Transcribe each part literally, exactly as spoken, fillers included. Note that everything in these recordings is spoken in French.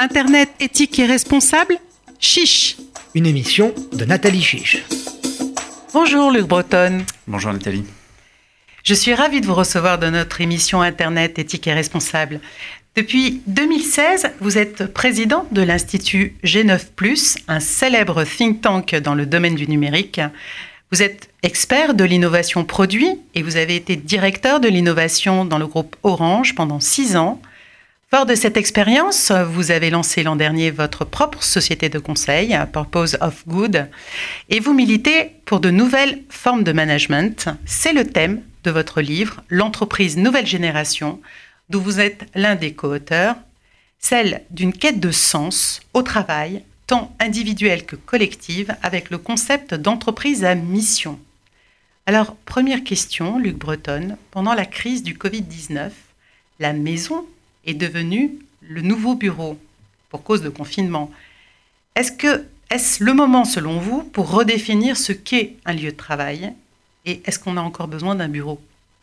Internet éthique et responsable, Chiche. Une émission de Nathalie Chiche. Bonjour Luc Breton. Bonjour Nathalie. Je suis ravie de vous recevoir dans notre émission Internet éthique et responsable. Depuis deux mille seize, vous êtes président de l'Institut G neuf plus, un célèbre think tank dans le domaine du numérique. Vous êtes expert de l'innovation produit et vous avez été directeur de l'innovation dans le groupe Orange pendant six ans. Fort de cette expérience, vous avez lancé l'an dernier votre propre société de conseil, Purpose of Good, et vous militez pour de nouvelles formes de management. C'est le thème de votre livre, L'entreprise nouvelle génération, d'où vous êtes l'un des co-auteurs, celle d'une quête de sens au travail, tant individuelle que collective, avec le concept d'entreprise à mission. Alors, première question, Luc Breton, pendant la crise du covid dix-neuf, la maison est devenue le nouveau bureau pour cause de confinement. Est-ce que, est-ce le moment, selon vous, pour redéfinir ce qu'est un lieu de travail ? Et est-ce qu'on a encore besoin d'un bureau ?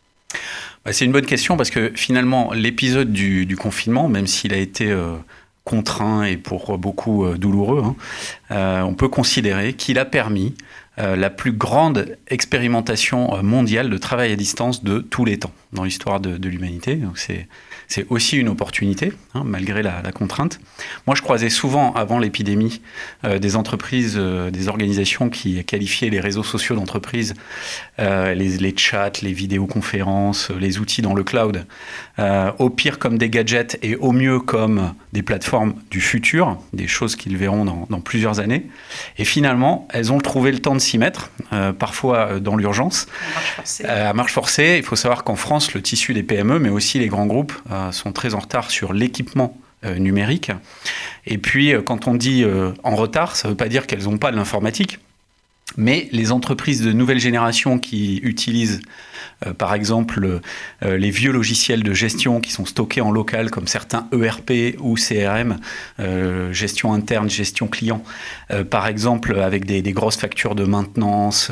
C'est une bonne question parce que finalement, l'épisode du, du confinement, même s'il a été euh, contraint et pour beaucoup euh, douloureux, hein, euh, on peut considérer qu'il a permis euh, la plus grande expérimentation mondiale de travail à distance de tous les temps dans l'histoire de, de l'humanité. Donc c'est, c'est aussi une opportunité, hein, malgré la, la contrainte. Moi, je croisais souvent, avant l'épidémie, euh, des entreprises, euh, des organisations qui qualifiaient les réseaux sociaux d'entreprise, euh, les, les chats, les vidéoconférences, les outils dans le cloud, euh, au pire comme des gadgets et au mieux comme des plateformes du futur, des choses qu'ils verront dans, dans plusieurs années. Et finalement, elles ont trouvé le temps de s'y mettre, euh, parfois dans l'urgence, à marche forcée. Euh, à marche forcée. Il faut savoir qu'en France, le tissu des P M E, mais aussi les grands groupes, euh, sont très en retard sur l'équipement euh, numérique. Et puis, euh, quand on dit euh, en retard, ça ne veut pas dire qu'elles n'ont pas de l'informatique. Mais les entreprises de nouvelle génération qui utilisent, euh, par exemple, euh, les vieux logiciels de gestion qui sont stockés en local, comme certains E R P ou C R M, euh, gestion interne, gestion client, euh, par exemple, avec des, des grosses factures de maintenance,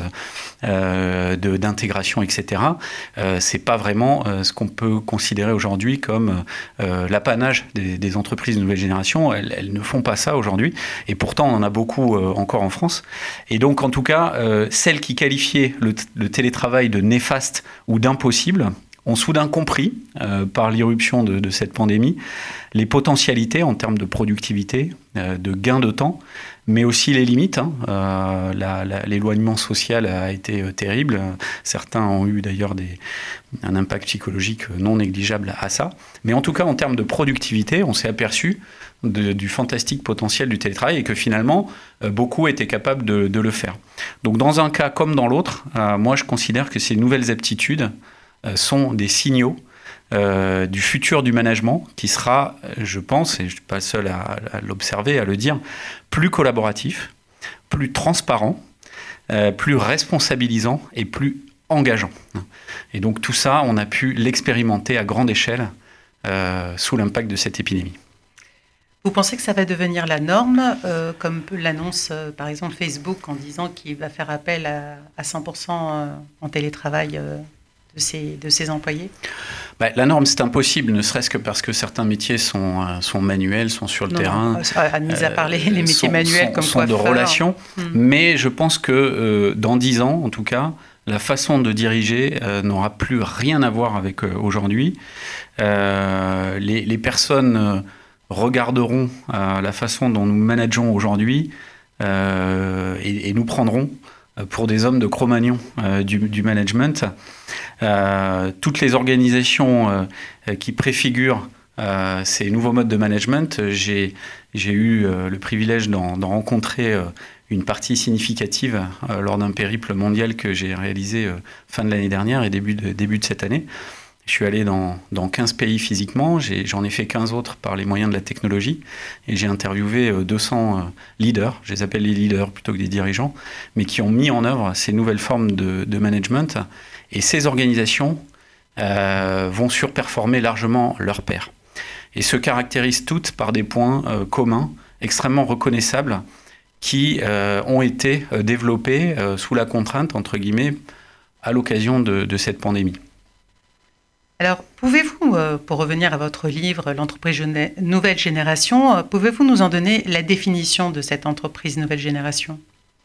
euh, de, d'intégration, et cetera, euh, c'est pas vraiment euh, ce qu'on peut considérer aujourd'hui comme euh, l'apanage des, des entreprises de nouvelle génération. Elles, elles ne font pas ça aujourd'hui. Et pourtant, on en a beaucoup euh, encore en France. Et donc, en tout cas, Euh, celles qui qualifiaient le, t- le télétravail de néfaste ou d'impossible ont soudain compris, euh, par l'irruption de, de cette pandémie, les potentialités en termes de productivité, euh, de gain de temps, mais aussi les limites. Hein. Euh, la, la, l'éloignement social a été euh, terrible. Certains ont eu d'ailleurs des, un impact psychologique non négligeable à ça. Mais en tout cas, en termes de productivité, on s'est aperçu de, du fantastique potentiel du télétravail et que finalement, euh, beaucoup étaient capables de, de le faire. Donc dans un cas comme dans l'autre, euh, moi je considère que ces nouvelles aptitudes euh, sont des signaux Euh, du futur du management qui sera, je pense, et je ne suis pas le seul à, à l'observer, à le dire, plus collaboratif, plus transparent, euh, plus responsabilisant et plus engageant. Et donc tout ça, on a pu l'expérimenter à grande échelle euh, sous l'impact de cette épidémie. Vous pensez que ça va devenir la norme, euh, comme l'annonce euh, par exemple Facebook en disant qu'il va faire appel à, à cent pour cent en télétravail euh, de ses, de ses employés ? Bah, la norme, c'est impossible, ne serait-ce que parce que certains métiers sont, euh, sont manuels, sont sur le non, terrain. Admis à parler, euh, les métiers sont, manuels sont, comme sont coiffeur. de relations. Hum. Mais je pense que euh, dans dix ans, en tout cas, la façon de diriger euh, n'aura plus rien à voir avec euh, aujourd'hui. Euh, les, les personnes euh, regarderont euh, la façon dont nous manageons aujourd'hui euh, et, et nous prendront pour des hommes de Cro-Magnon euh, du, du management. Euh, toutes les organisations euh, qui préfigurent euh, ces nouveaux modes de management, j'ai, j'ai eu euh, le privilège d'en, d'en rencontrer euh, une partie significative euh, lors d'un périple mondial que j'ai réalisé euh, fin de l'année dernière et début de, début de cette année. Je suis allé dans, dans quinze pays physiquement, j'ai, j'en ai fait quinze autres par les moyens de la technologie et j'ai interviewé deux cents leaders, je les appelle les leaders plutôt que des dirigeants, mais qui ont mis en œuvre ces nouvelles formes de, de management. Et ces organisations euh, vont surperformer largement leurs pairs et se caractérisent toutes par des points euh, communs extrêmement reconnaissables qui euh, ont été euh, développés euh, sous la contrainte, entre guillemets, à l'occasion de, de cette pandémie. Alors, pouvez-vous, euh, pour revenir à votre livre, l'entreprise Gene- Nouvelle Génération, euh, pouvez-vous nous en donner la définition de cette entreprise Nouvelle Génération ?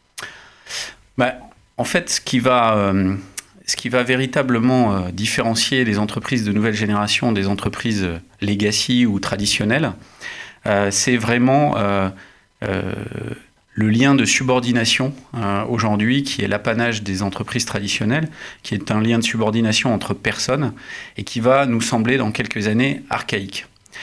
Bah, en fait, ce qui va, euh, ce qui va véritablement euh, différencier les entreprises de nouvelle génération des entreprises euh, legacy ou traditionnelles, euh, c'est vraiment euh, euh, le lien de subordination euh, aujourd'hui, qui est l'apanage des entreprises traditionnelles, qui est un lien de subordination entre personnes et qui va nous sembler dans quelques années archaïque.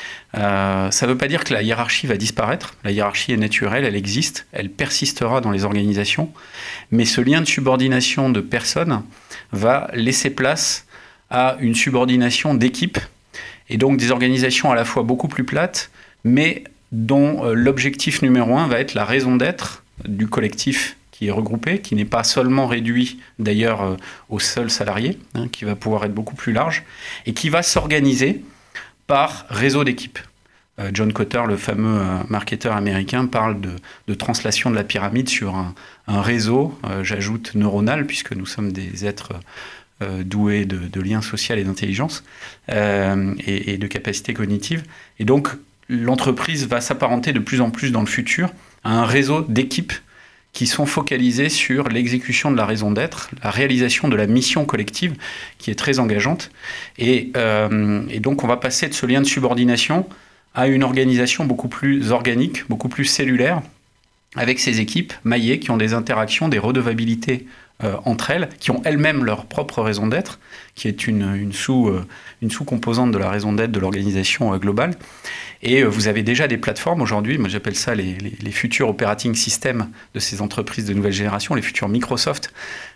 Euh, ça ne veut pas dire que la hiérarchie va disparaître. La hiérarchie est naturelle, elle existe, elle persistera dans les organisations. Mais ce lien de subordination de personnes va laisser place à une subordination d'équipes et donc des organisations à la fois beaucoup plus plates, mais dont euh, l'objectif numéro un va être la raison d'être du collectif qui est regroupé, qui n'est pas seulement réduit d'ailleurs euh, aux seuls salariés, hein, qui va pouvoir être beaucoup plus large et qui va s'organiser par réseau d'équipes. Euh, John Kotter, le fameux euh, marketeur américain, parle de, de translation de la pyramide sur un, un réseau, euh, j'ajoute neuronal, puisque nous sommes des êtres euh, doués de, de liens sociaux et d'intelligence euh, et, et de capacités cognitives. Et donc, l'entreprise va s'apparenter de plus en plus dans le futur à un réseau d'équipes qui sont focalisées sur l'exécution de la raison d'être, la réalisation de la mission collective, qui est très engageante. Et, euh, et donc, on va passer de ce lien de subordination à une organisation beaucoup plus organique, beaucoup plus cellulaire, avec ces équipes maillées qui ont des interactions, des redevabilités euh, entre elles, qui ont elles-mêmes leur propre raison d'être, qui est une, une, sous, euh, une sous-composante de la raison d'être de l'organisation euh, globale. Et euh, vous avez déjà des plateformes aujourd'hui, moi j'appelle ça les, les, les futurs operating systems de ces entreprises de nouvelle génération, les futurs Microsoft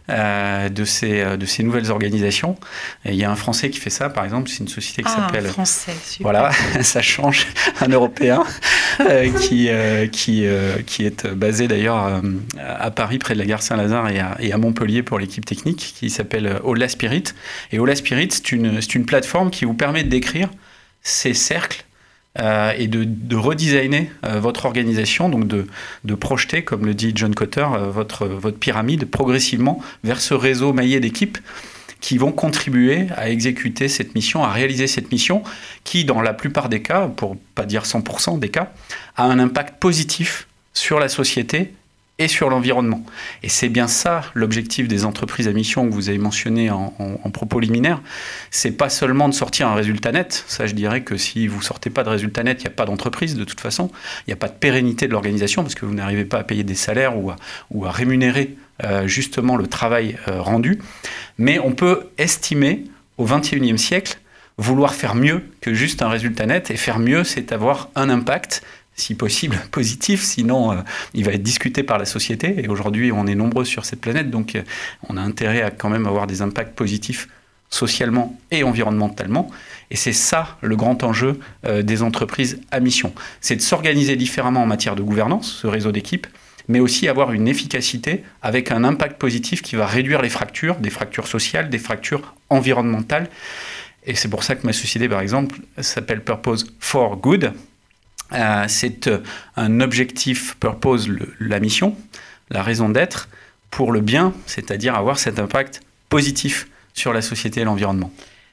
euh, de, ces, de ces nouvelles organisations. Et il y a un Français qui fait ça, par exemple, c'est une société qui ah, s'appelle... un Français, super. Voilà, ça change, un Européen euh, qui, euh, qui, euh, qui est basé d'ailleurs euh, à Paris, près de la gare Saint-Lazare et à, et à Montpellier pour l'équipe technique, qui s'appelle Ola Spirit. Et Ola Spirit, c'est une, c'est une plateforme qui vous permet de décrire ces cercles euh, et de, de redesigner euh, votre organisation, donc de, de projeter, comme le dit John Kotter, euh, votre, votre pyramide progressivement vers ce réseau maillé d'équipes qui vont contribuer à exécuter cette mission, à réaliser cette mission, qui, dans la plupart des cas, pour ne pas dire cent pour cent des cas, a un impact positif sur la société et sur l'environnement. Et c'est bien ça l'objectif des entreprises à mission que vous avez mentionné en, en, en propos liminaire. C'est pas seulement de sortir un résultat net. Ça, je dirais que si vous sortez pas de résultat net, il n'y a pas d'entreprise de toute façon. Il n'y a pas de pérennité de l'organisation parce que vous n'arrivez pas à payer des salaires ou à, ou à rémunérer euh, justement le travail euh, rendu. Mais on peut estimer au vingt et unième siècle vouloir faire mieux que juste un résultat net. Et faire mieux, c'est avoir un impact, si possible, positif, sinon euh, il va être discuté par la société. Et aujourd'hui, on est nombreux sur cette planète, donc euh, on a intérêt à quand même avoir des impacts positifs socialement et environnementalement. Et c'est ça le grand enjeu euh, des entreprises à mission. C'est de s'organiser différemment en matière de gouvernance, ce réseau d'équipes, mais aussi avoir une efficacité avec un impact positif qui va réduire les fractures, des fractures sociales, des fractures environnementales. Et c'est pour ça que ma société, par exemple, s'appelle Purpose for Good. Euh, c'est un objectif, purpose, le, la mission, la raison d'être, pour le bien, c'est-à-dire avoir cet impact positif sur la société et l'environnement.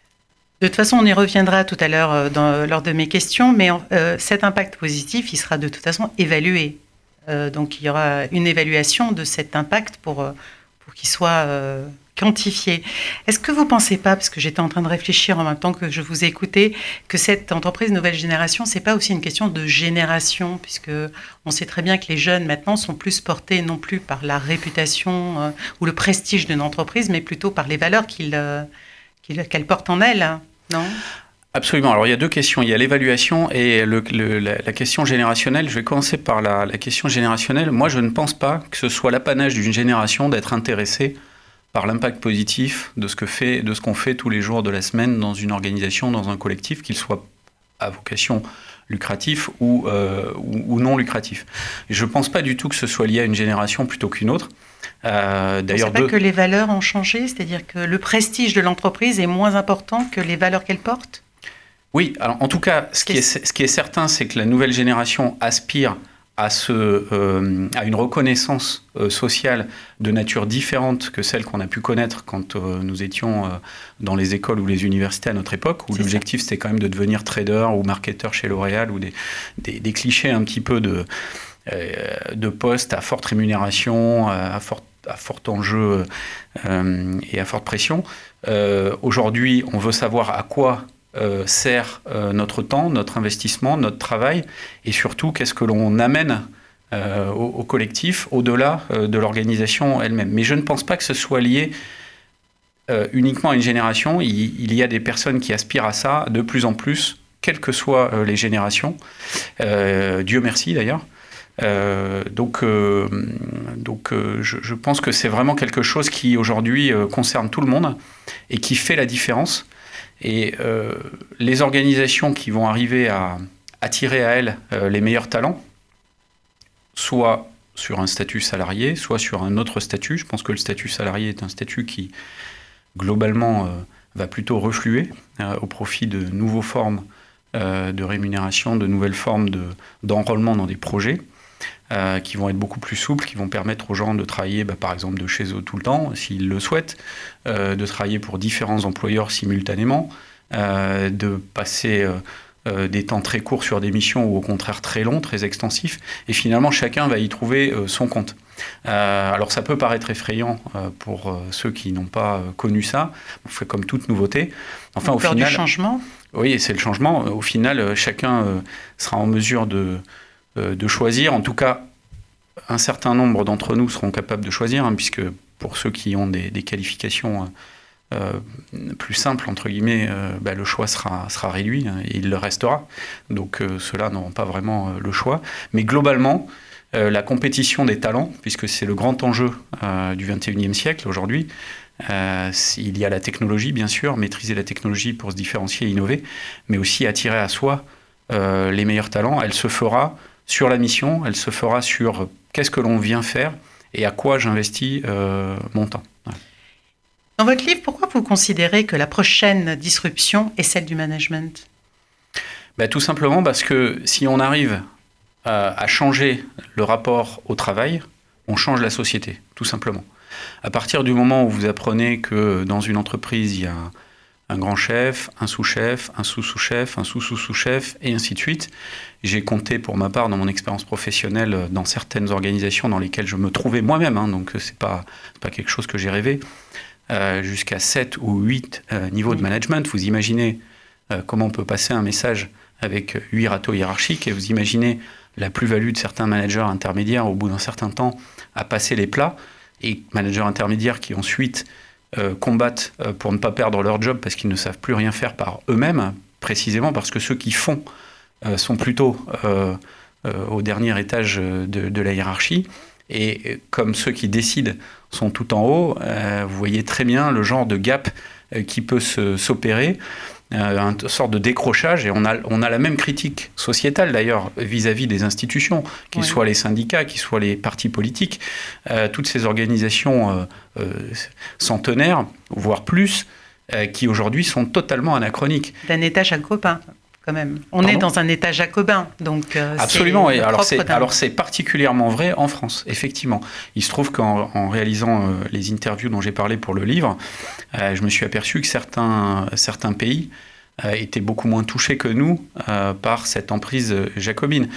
De toute façon, on y reviendra tout à l'heure dans, lors de mes questions, mais euh, cet impact positif, il sera de toute façon évalué. Euh, donc, il y aura une évaluation de cet impact pour, pour qu'il soit euh, quantifié. Est-ce que vous ne pensez pas, parce que j'étais en train de réfléchir en même temps que je vous ai écouté, que cette entreprise nouvelle génération, ce n'est pas aussi une question de génération, puisque on sait très bien que les jeunes maintenant sont plus portés non plus par la réputation euh, ou le prestige d'une entreprise, mais plutôt par les valeurs qu'ils, euh, qu'ils, qu'elle porte en elle, non ? Absolument. Alors, il y a deux questions. Il y a l'évaluation et le, le, la, la question générationnelle. Je vais commencer par la, la question générationnelle. Moi, je ne pense pas que ce soit l'apanage d'une génération d'être intéressée par l'impact positif de ce, que fait, de ce qu'on fait tous les jours de la semaine dans une organisation, dans un collectif, qu'il soit à vocation lucratif ou, euh, ou, ou non lucratif. Et je ne pense pas du tout que ce soit lié à une génération plutôt qu'une autre. Euh, d'ailleurs, c'est pas deux... que les valeurs ont changé, c'est-à-dire que le prestige de l'entreprise est moins important que les valeurs qu'elle porte ? Oui, alors en tout cas, ce qui est, ce qui est certain, c'est que la nouvelle génération aspire à, ce, euh, à une reconnaissance euh, sociale de nature différente que celle qu'on a pu connaître quand euh, nous étions euh, dans les écoles ou les universités à notre époque, où c'est l'objectif ça. C'était quand même de devenir trader ou marketeur chez L'Oréal, ou des, des, des clichés un petit peu de, euh, de postes à forte rémunération, à fort, à fort enjeu euh, et à forte pression. Euh, aujourd'hui, on veut savoir à quoi Euh, sert euh, notre temps, notre investissement, notre travail, et surtout qu'est-ce que l'on amène euh, au, au collectif, au-delà euh, de l'organisation elle-même. Mais je ne pense pas que ce soit lié euh, uniquement à une génération. Il, il y a des personnes qui aspirent à ça de plus en plus, quelles que soient euh, les générations. Euh, Dieu merci d'ailleurs. Euh, donc, euh, donc euh, je, je pense que c'est vraiment quelque chose qui aujourd'hui euh, concerne tout le monde et qui fait la différence. Et euh, les organisations qui vont arriver à attirer à elles euh, les meilleurs talents, soit sur un statut salarié, soit sur un autre statut. Je pense que le statut salarié est un statut qui, globalement, euh, va plutôt refluer euh, au profit de nouvelles formes euh, de rémunération, de nouvelles formes de, d'enrôlement dans des projets. Euh, qui vont être beaucoup plus souples, qui vont permettre aux gens de travailler, bah, par exemple, de chez eux tout le temps, s'ils le souhaitent, euh, de travailler pour différents employeurs simultanément, euh, de passer euh, euh, des temps très courts sur des missions ou au contraire très longs, très extensifs, et finalement, chacun va y trouver euh, son compte. Euh, alors, ça peut paraître effrayant euh, pour euh, ceux qui n'ont pas euh, connu ça, on fait comme toute nouveauté. Enfin, au final, du changement. Oui, c'est le changement. Au final, euh, chacun euh, sera en mesure de... de choisir. En tout cas, un certain nombre d'entre nous seront capables de choisir, hein, puisque pour ceux qui ont des, des qualifications euh, plus simples, entre guillemets, euh, bah, le choix sera, sera réduit, hein, et il le restera. Donc euh, ceux-là n'auront pas vraiment euh, le choix. Mais globalement, euh, la compétition des talents, puisque c'est le grand enjeu euh, du vingt et unième siècle aujourd'hui, euh, il y a la technologie, bien sûr, maîtriser la technologie pour se différencier et innover, mais aussi attirer à soi euh, les meilleurs talents. Elle se fera sur la mission, elle se fera sur qu'est-ce que l'on vient faire et à quoi j'investis euh, mon temps. Ouais. Dans votre livre, pourquoi vous considérez que la prochaine disruption est celle du management ? Ben, tout simplement parce que si on arrive à, à changer le rapport au travail, on change la société, tout simplement. À partir du moment où vous apprenez que dans une entreprise, il y a un grand chef, un sous-chef, un sous-sous-chef, un sous-sous-sous-chef, et ainsi de suite. J'ai compté pour ma part dans mon expérience professionnelle dans certaines organisations dans lesquelles je me trouvais moi-même, hein, donc c'est pas, c'est pas quelque chose que j'ai rêvé, euh, jusqu'à sept ou huit euh, niveaux de management. Vous imaginez euh, comment on peut passer un message avec huit râteaux hiérarchiques, et vous imaginez la plus-value de certains managers intermédiaires au bout d'un certain temps à passer les plats, et managers intermédiaires qui ensuite Euh, combattent euh, pour ne pas perdre leur job parce qu'ils ne savent plus rien faire par eux-mêmes, précisément parce que ceux qui font euh, sont plutôt euh, euh, au dernier étage de, de la hiérarchie. Et comme ceux qui décident sont tout en haut, euh, vous voyez très bien le genre de gap euh, qui peut se, s'opérer, euh, une sorte de décrochage. Et on a, on a la même critique sociétale d'ailleurs vis-à-vis des institutions, qu'ils ouais. soient les syndicats, qu'ils soient les partis politiques, euh, toutes ces organisations euh, euh, centenaires, voire plus, euh, qui aujourd'hui sont totalement anachroniques. D'un état jacobin. Quand même. On Pardon ? est dans un état jacobin, donc euh, absolument. C'est et alors c'est d'un... alors c'est particulièrement vrai en France, effectivement. Il se trouve qu'en en réalisant euh, les interviews dont j'ai parlé pour le livre, euh, je me suis aperçu que certains certains pays euh, étaient beaucoup moins touchés que nous euh, par cette emprise jacobine.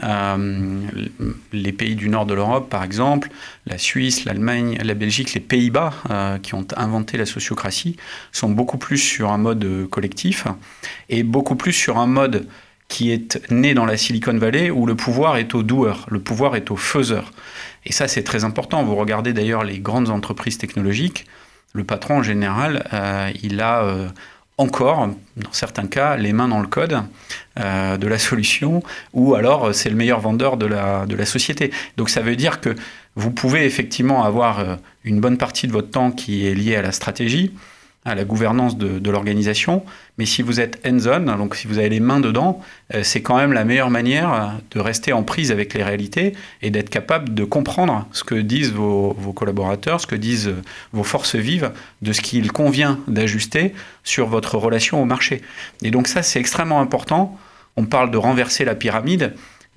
Euh, les pays du nord de l'Europe, par exemple, la Suisse, l'Allemagne, la Belgique, les Pays-Bas, euh, qui ont inventé la sociocratie, sont beaucoup plus sur un mode collectif et beaucoup plus sur un mode qui est né dans la Silicon Valley où le pouvoir est au doueur, le pouvoir est au faiseur. Et ça, c'est très important. Vous regardez d'ailleurs les grandes entreprises technologiques, le patron en général, euh, il a... Euh, encore, dans certains cas, les mains dans le code euh, de la solution, ou alors c'est le meilleur vendeur de la, de la société. Donc ça veut dire que vous pouvez effectivement avoir euh, une bonne partie de votre temps qui est liée à la stratégie, à la gouvernance de, de l'organisation, mais si vous êtes hands-on, donc si vous avez les mains dedans, euh, c'est quand même la meilleure manière de rester en prise avec les réalités et d'être capable de comprendre ce que disent vos, vos collaborateurs, ce que disent vos forces vives, de ce qu'il convient d'ajuster sur votre relation au marché. Et donc ça, c'est extrêmement important. On parle de renverser la pyramide.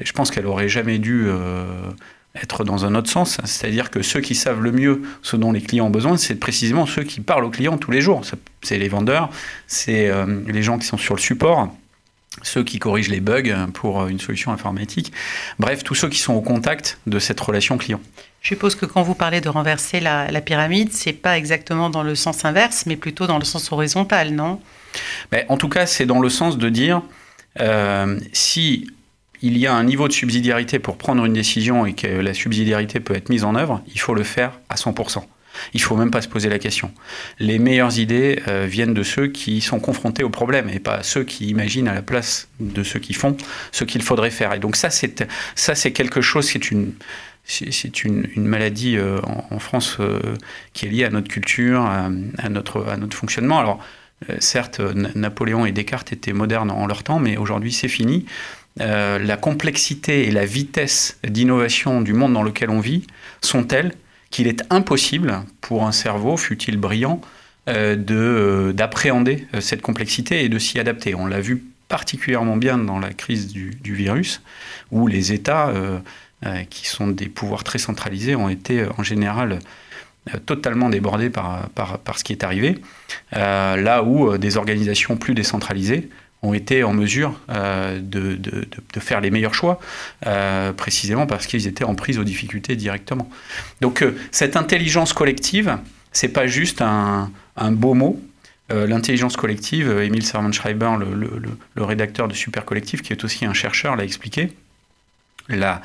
je pense qu'elle aurait jamais dû euh, être dans un autre sens. C'est-à-dire que ceux qui savent le mieux ce dont les clients ont besoin, c'est précisément ceux qui parlent aux clients tous les jours. C'est les vendeurs, c'est euh, les gens qui sont sur le support, ceux qui corrigent les bugs pour une solution informatique. Bref, tous ceux qui sont au contact de cette relation client. Je suppose que quand vous parlez de renverser la, la pyramide, c'est pas exactement dans le sens inverse, mais plutôt dans le sens horizontal, non ? Ben, en tout cas, c'est dans le sens de dire, euh, si il y a un niveau de subsidiarité pour prendre une décision et que la subsidiarité peut être mise en œuvre, il faut le faire à cent pour cent. Il ne faut même pas se poser la question. Les meilleures idées euh, viennent de ceux qui sont confrontés au problème et pas ceux qui imaginent à la place de ceux qui font ce qu'il faudrait faire. Et donc ça, c'est, ça, c'est quelque chose, c'est une, c'est une, une maladie euh, en, en France euh, qui est liée à notre culture, à, à, notre, à notre fonctionnement. Alors, euh, certes, Napoléon et Descartes étaient modernes en leur temps, mais aujourd'hui, c'est fini. Euh, la complexité et la vitesse d'innovation du monde dans lequel on vit sont telles qu'il est impossible pour un cerveau, fût-il brillant, euh, de, euh, d'appréhender cette complexité et de s'y adapter. On l'a vu particulièrement bien dans la crise du, du virus, où les États, euh, euh, qui sont des pouvoirs très centralisés, ont été euh, en général euh, totalement débordés par, par, par ce qui est arrivé, euh, là où euh, des organisations plus décentralisées ont été en mesure euh, de, de, de faire les meilleurs choix, euh, précisément parce qu'ils étaient en prise aux difficultés directement. Donc euh, cette intelligence collective, c'est pas juste un, un beau mot. Euh, l'intelligence collective, Emil Servan-Schreiber, le, le, le rédacteur de Super Collectif, qui est aussi un chercheur, l'a expliqué. La,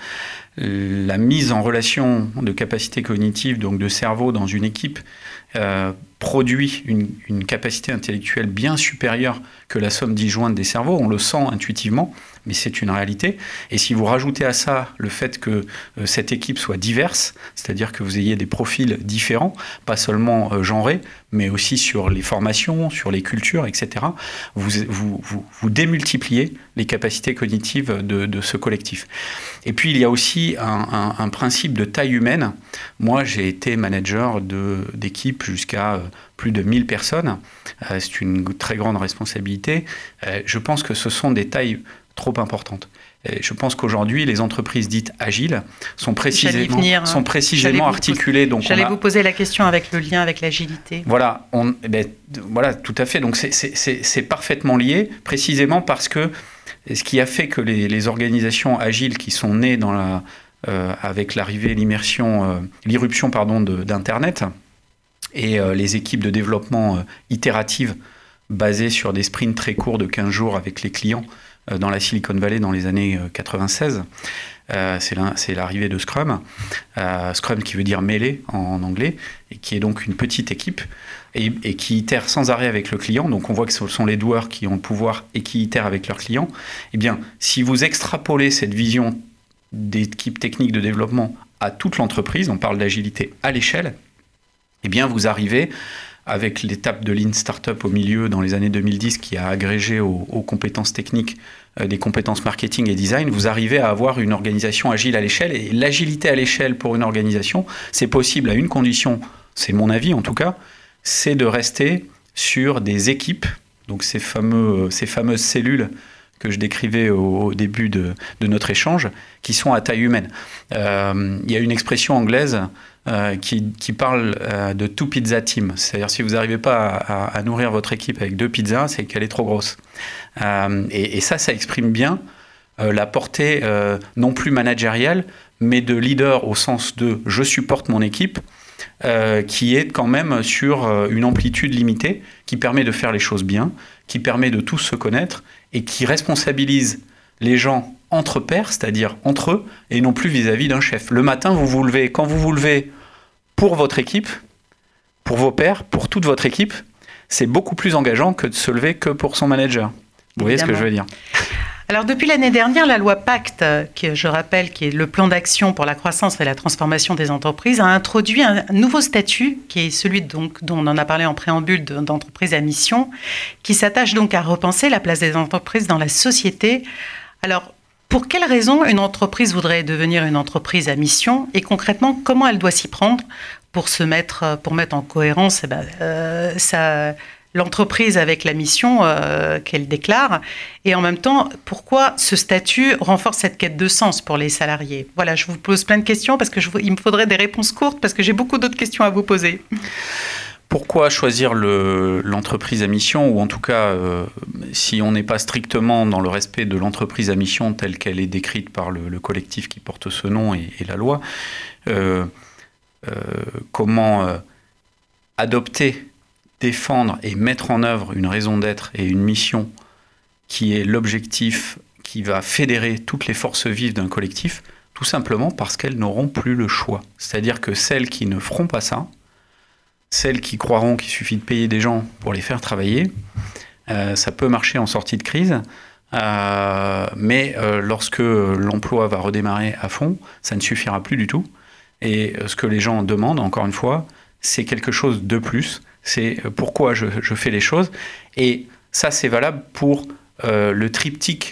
la mise en relation de capacités cognitives, donc de cerveau dans une équipe, euh, produit une, une capacité intellectuelle bien supérieure que la somme disjointe des cerveaux. On le sent intuitivement, mais c'est une réalité. Et si vous rajoutez à ça le fait que euh, cette équipe soit diverse, c'est-à-dire que vous ayez des profils différents, pas seulement euh, genrés, mais aussi sur les formations, sur les cultures, et cetera, vous, vous, vous, vous démultipliez les capacités cognitives de, de ce collectif. Et puis, il y a aussi un, un, un principe de taille humaine. Moi, j'ai été manager de, d'équipes jusqu'à euh, plus de mille personnes. Euh, c'est une très grande responsabilité. Euh, je pense que ce sont des tailles trop importantes. Et je pense qu'aujourd'hui, les entreprises dites agiles sont précisément, venir, sont précisément articulées. Donc J'allais on a, vous poser la question avec le lien avec l'agilité. Voilà, on, eh ben, voilà, tout à fait. Donc c'est, c'est, c'est, c'est parfaitement lié, précisément parce que ce qui a fait que les, les organisations agiles qui sont nées dans la, euh, avec l'arrivée, l'immersion, euh, l'irruption pardon, de, d'Internet et euh, les équipes de développement euh, itératives basées sur des sprints très courts de quinze jours avec les clients euh, dans la Silicon Valley dans les années euh, quatre-vingt-seize. Euh, c'est, la, c'est l'arrivée de Scrum. Euh, Scrum qui veut dire mêlée en, en anglais, et qui est donc une petite équipe et, et qui itère sans arrêt avec le client. Donc on voit que ce sont les doueurs qui ont le pouvoir et qui itèrent avec leurs clients. Eh bien, si vous extrapolez cette vision d'équipe technique de développement à toute l'entreprise, on parle d'agilité à l'échelle, eh bien vous arrivez avec l'étape de Lean Startup au milieu dans les années deux mille dix qui a agrégé aux, aux compétences techniques euh, des compétences marketing et design, vous arrivez à avoir une organisation agile à l'échelle. Et l'agilité à l'échelle pour une organisation, c'est possible à une condition, c'est mon avis en tout cas, c'est de rester sur des équipes, donc ces, fameux, ces fameuses cellules que je décrivais au, au début de, de notre échange, qui sont à taille humaine. Euh, il y a une expression anglaise euh, qui, qui parle euh, de two pizza team. C'est-à-dire si vous n'arrivez pas à, à, à nourrir votre équipe avec deux pizzas, c'est qu'elle est trop grosse. Euh, et, et ça, ça exprime bien euh, la portée euh, non plus managériale, mais de leader au sens de « je supporte mon équipe », Euh, qui est quand même sur euh, une amplitude limitée, qui permet de faire les choses bien, qui permet de tous se connaître et qui responsabilise les gens entre pairs, c'est-à-dire entre eux, et non plus vis-à-vis d'un chef. Le matin, vous vous levez, quand vous vous levez pour votre équipe, pour vos pairs, pour toute votre équipe, c'est beaucoup plus engageant que de se lever que pour son manager. Vous voyez ce que je veux dire ? Alors, depuis l'année dernière, la loi Pacte, qui, je rappelle, qui est le plan d'action pour la croissance et la transformation des entreprises, a introduit un nouveau statut, qui est celui donc, dont on en a parlé en préambule d'entreprise à mission, qui s'attache donc à repenser la place des entreprises dans la société. Alors, pour quelles raisons une entreprise voudrait devenir une entreprise à mission et concrètement, comment elle doit s'y prendre pour se mettre, pour mettre en cohérence eh ben, euh, sa, l'entreprise avec la mission euh, qu'elle déclare. Et en même temps, pourquoi ce statut renforce cette quête de sens pour les salariés? Voilà, je vous pose plein de questions parce que je, il me faudrait des réponses courtes parce que j'ai beaucoup d'autres questions à vous poser. Pourquoi choisir le, l'entreprise à mission, ou en tout cas, euh, si on n'est pas strictement dans le respect de l'entreprise à mission telle qu'elle est décrite par le, le collectif qui porte ce nom et, et la loi, euh, euh, comment euh, adopter, défendre et mettre en œuvre une raison d'être et une mission qui est l'objectif qui va fédérer toutes les forces vives d'un collectif, tout simplement parce qu'elles n'auront plus le choix. C'est-à-dire que celles qui ne feront pas ça, celles qui croiront qu'il suffit de payer des gens pour les faire travailler, euh, ça peut marcher en sortie de crise, euh, mais euh, lorsque l'emploi va redémarrer à fond, ça ne suffira plus du tout. Et ce que les gens demandent, encore une fois, c'est quelque chose de plus. C'est pourquoi je, je fais les choses. Et ça, c'est valable pour euh, le triptyque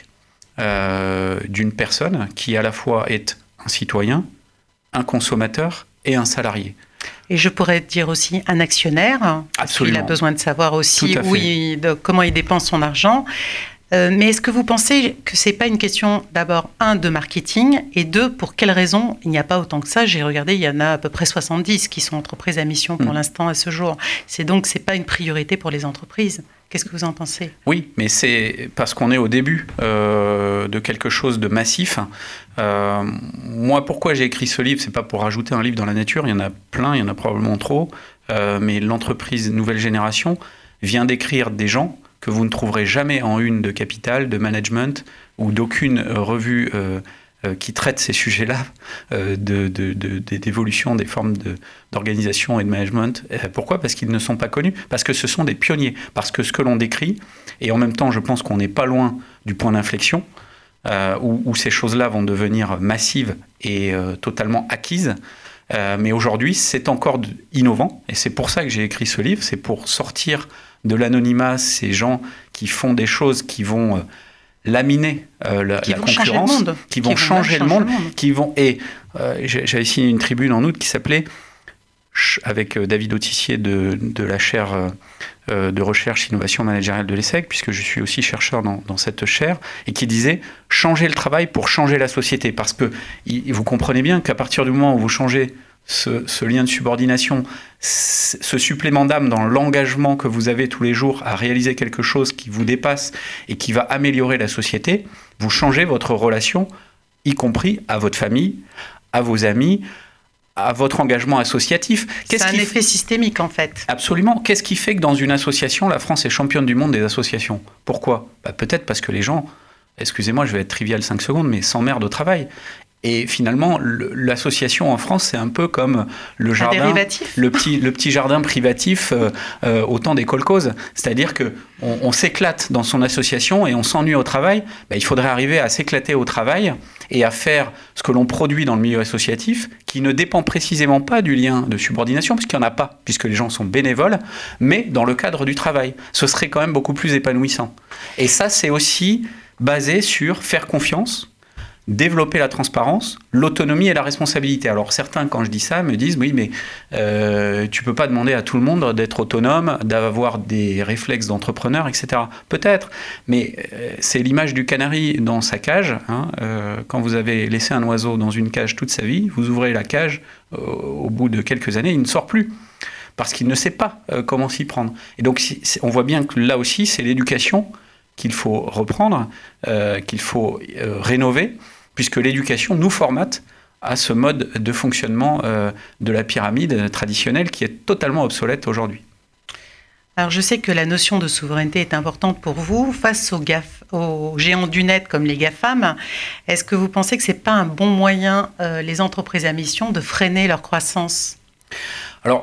euh, d'une personne qui à la fois est un citoyen, un consommateur et un salarié. Et je pourrais dire aussi un actionnaire, parce qu'il a besoin de savoir aussi où il, de, comment il dépense son argent. Euh, mais est-ce que vous pensez que ce n'est pas une question d'abord, un, de marketing, et deux, pour quelles raisons il n'y a pas autant que ça? J'ai regardé, il y en a à peu près soixante-dix qui sont entreprises à mission pour mmh. l'instant à ce jour. C'est donc, ce n'est pas une priorité pour les entreprises. Qu'est-ce que vous en pensez? Oui, mais c'est parce qu'on est au début euh, de quelque chose de massif. Euh, moi, pourquoi j'ai écrit ce livre? C'est pas pour rajouter un livre dans la nature, il y en a plein, il y en a probablement trop, euh, mais l'entreprise Nouvelle Génération vient d'écrire des gens que vous ne trouverez jamais en une de Capital, de Management ou d'aucune revue euh, euh, qui traite ces sujets-là, euh, de, de, de, d'évolution des formes de, d'organisation et de management. Euh, pourquoi? Parce qu'ils ne sont pas connus, parce que ce sont des pionniers, parce que ce que l'on décrit, et en même temps je pense qu'on n'est pas loin du point d'inflexion, euh, où, où ces choses-là vont devenir massives et euh, totalement acquises. Euh, mais aujourd'hui, c'est encore innovant, et c'est pour ça que j'ai écrit ce livre, c'est pour sortir de l'anonymat ces gens qui font des choses qui vont euh, laminer euh, la, qui la vont concurrence, changer le monde. qui vont qui changer, le, monde, le monde, qui vont et euh, j'avais signé une tribune en août qui s'appelait avec David Autissier de, de la chaire euh, de recherche innovation managériale de l'E S S E C, puisque je suis aussi chercheur dans, dans cette chaire, et qui disait changer le travail pour changer la société, parce que il, vous comprenez bien qu'à partir du moment où vous changez Ce, ce lien de subordination, ce supplément d'âme dans l'engagement que vous avez tous les jours à réaliser quelque chose qui vous dépasse et qui va améliorer la société, vous changez votre relation, y compris à votre famille, à vos amis, à votre engagement associatif. Qu'est-ce C'est un effet f... systémique, en fait. Absolument. Qu'est-ce qui fait que dans une association, la France est championne du monde des associations? Pourquoi? Bah, peut-être parce que les gens, excusez-moi, je vais être trivial cinq secondes, mais s'emmerdent au travail. Et finalement, le, l'association en France, c'est un peu comme le jardin, le petit, le petit jardin privatif euh, euh, au temps des kolkhozes. C'est-à-dire qu'on on s'éclate dans son association et on s'ennuie au travail. Ben, il faudrait arriver à s'éclater au travail et à faire ce que l'on produit dans le milieu associatif, qui ne dépend précisément pas du lien de subordination, puisqu'il n'y en a pas, puisque les gens sont bénévoles, mais dans le cadre du travail. Ce serait quand même beaucoup plus épanouissant. Et ça, c'est aussi basé sur faire confiance, développer la transparence, l'autonomie et la responsabilité. Alors certains, quand je dis ça, me disent « Oui, mais euh, tu ne peux pas demander à tout le monde d'être autonome, d'avoir des réflexes d'entrepreneur, et cetera » Peut-être, mais euh, c'est l'image du canari dans sa cage. Hein, euh, quand vous avez laissé un oiseau dans une cage toute sa vie, vous ouvrez la cage, euh, au bout de quelques années, il ne sort plus, parce qu'il ne sait pas euh, comment s'y prendre. Et donc, on voit bien que là aussi, c'est l'éducation qu'il faut reprendre, euh, qu'il faut euh, rénover, puisque l'éducation nous formate à ce mode de fonctionnement euh, de la pyramide traditionnelle qui est totalement obsolète aujourd'hui. Alors je sais que la notion de souveraineté est importante pour vous. Face aux, gaf, aux géants du net comme les GAFAM, est-ce que vous pensez que ce n'est pas un bon moyen, euh, les entreprises à mission, de freiner leur croissance? Alors,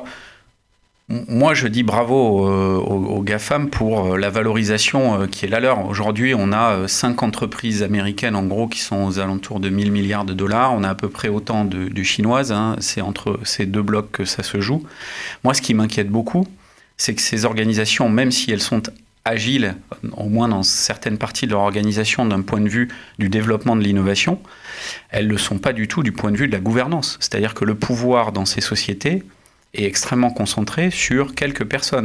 moi, je dis bravo euh, aux, aux GAFAM pour la valorisation euh, qui est la leur. Aujourd'hui, on a euh, cinq entreprises américaines, en gros, qui sont aux alentours de mille milliards de dollars. On a à peu près autant de, de chinoises. Hein. C'est entre ces deux blocs que ça se joue. Moi, ce qui m'inquiète beaucoup, c'est que ces organisations, même si elles sont agiles, au moins dans certaines parties de leur organisation, d'un point de vue du développement de l'innovation, elles ne le sont pas du tout du point de vue de la gouvernance. C'est-à-dire que le pouvoir dans ces sociétés est extrêmement concentré sur quelques personnes.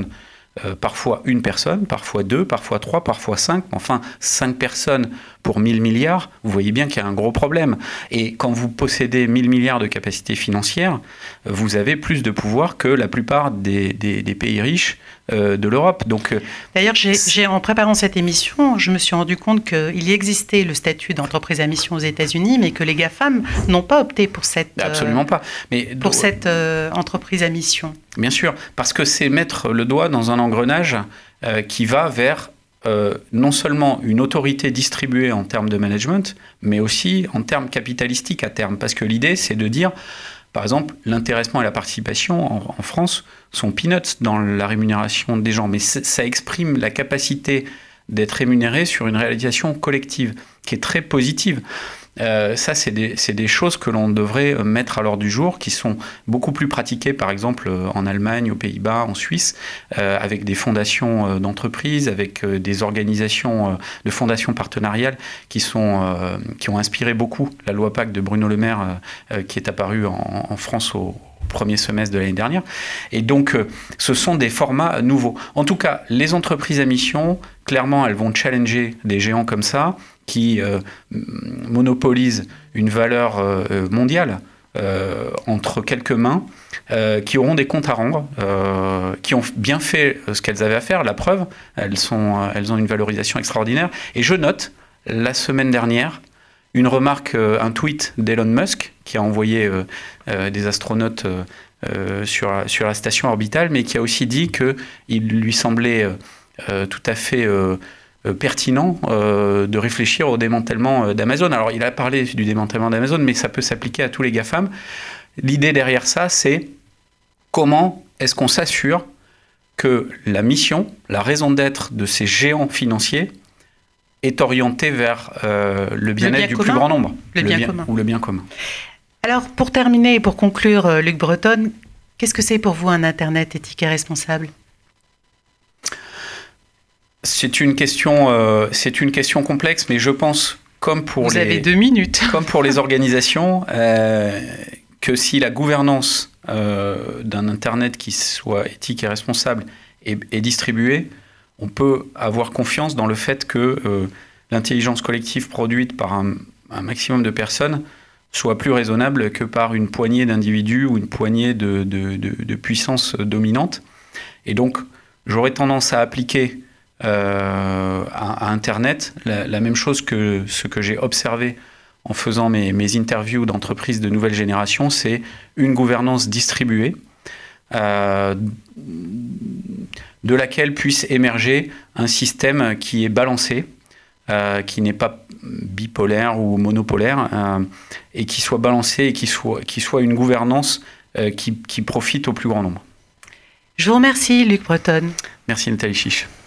euh, parfois une personne, parfois deux, parfois trois, parfois cinq. Enfin, cinq personnes pour mille milliards, vous voyez bien qu'il y a un gros problème. Et quand vous possédez mille milliards de capacité financière, vous avez plus de pouvoir que la plupart des, des, des pays riches euh, de l'Europe. Donc, euh, D'ailleurs, j'ai, j'ai, en préparant cette émission, je me suis rendu compte qu'il y existait le statut d'entreprise à mission aux États-Unis, mais que les GAFAM n'ont pas opté pour cette, absolument pas. Mais, pour cette euh, entreprise à mission. Bien sûr, parce que c'est mettre le doigt dans un engrenage euh, qui va vers euh, non seulement une autorité distribuée en termes de management, mais aussi en termes capitalistiques à terme. Parce que l'idée, c'est de dire, par exemple, l'intéressement et la participation en, en France sont peanuts dans la rémunération des gens. Mais ça exprime la capacité d'être rémunéré sur une réalisation collective qui est très positive. Euh, ça, c'est des, c'est des choses que l'on devrait mettre à l'ordre du jour, qui sont beaucoup plus pratiquées, par exemple, en Allemagne, aux Pays-Bas, en Suisse, euh, avec des fondations d'entreprises, avec euh, des organisations euh, de fondations partenariales qui, sont, euh, qui ont inspiré beaucoup la loi Pacte de Bruno Le Maire, euh, qui est apparue en, en France au premier semestre de l'année dernière. Et donc, euh, ce sont des formats nouveaux. En tout cas, les entreprises à mission, clairement, elles vont challenger des géants comme ça, qui euh, monopolisent une valeur euh, mondiale euh, entre quelques mains, euh, qui auront des comptes à rendre, euh, qui ont bien fait ce qu'elles avaient à faire. La preuve, elles, sont, elles ont une valorisation extraordinaire. Et je note, la semaine dernière, une remarque, euh, un tweet d'Elon Musk, qui a envoyé euh, euh, des astronautes euh, euh, sur, sur la station orbitale, mais qui a aussi dit qu'il lui semblait euh, euh, tout à fait euh, euh, pertinent euh, de réfléchir au démantèlement euh, d'Amazon. Alors, il a parlé du démantèlement d'Amazon, mais ça peut s'appliquer à tous les GAFAM. L'idée derrière ça, c'est comment est-ce qu'on s'assure que la mission, la raison d'être de ces géants financiers est orientée vers euh, le bien-être le bien du commun. plus grand nombre. Le, le bien, bien commun. Ou le bien commun. Alors, pour terminer et pour conclure, Luc Breton, qu'est-ce que c'est pour vous un Internet éthique et responsable ? C'est une question, euh, c'est une question complexe, mais je pense, comme pour vous les, avez deux minutes. comme pour les organisations, euh, que si la gouvernance euh, d'un Internet qui soit éthique et responsable est, est distribuée, on peut avoir confiance dans le fait que euh, l'intelligence collective produite par un, un maximum de personnes soit plus raisonnable que par une poignée d'individus ou une poignée de, de, de, de puissances dominantes. Et donc, j'aurais tendance à appliquer euh, à, à Internet la, la même chose que ce que j'ai observé en faisant mes, mes interviews d'entreprises de nouvelle génération, c'est une gouvernance distribuée, euh, de laquelle puisse émerger un système qui est balancé, euh, qui n'est pas bipolaire ou monopolaire, euh, et qui soit balancé et qui soit, qui soit une gouvernance euh, qui, qui profite au plus grand nombre. Je vous remercie, Luc Breton. Merci Nathalie Chiche.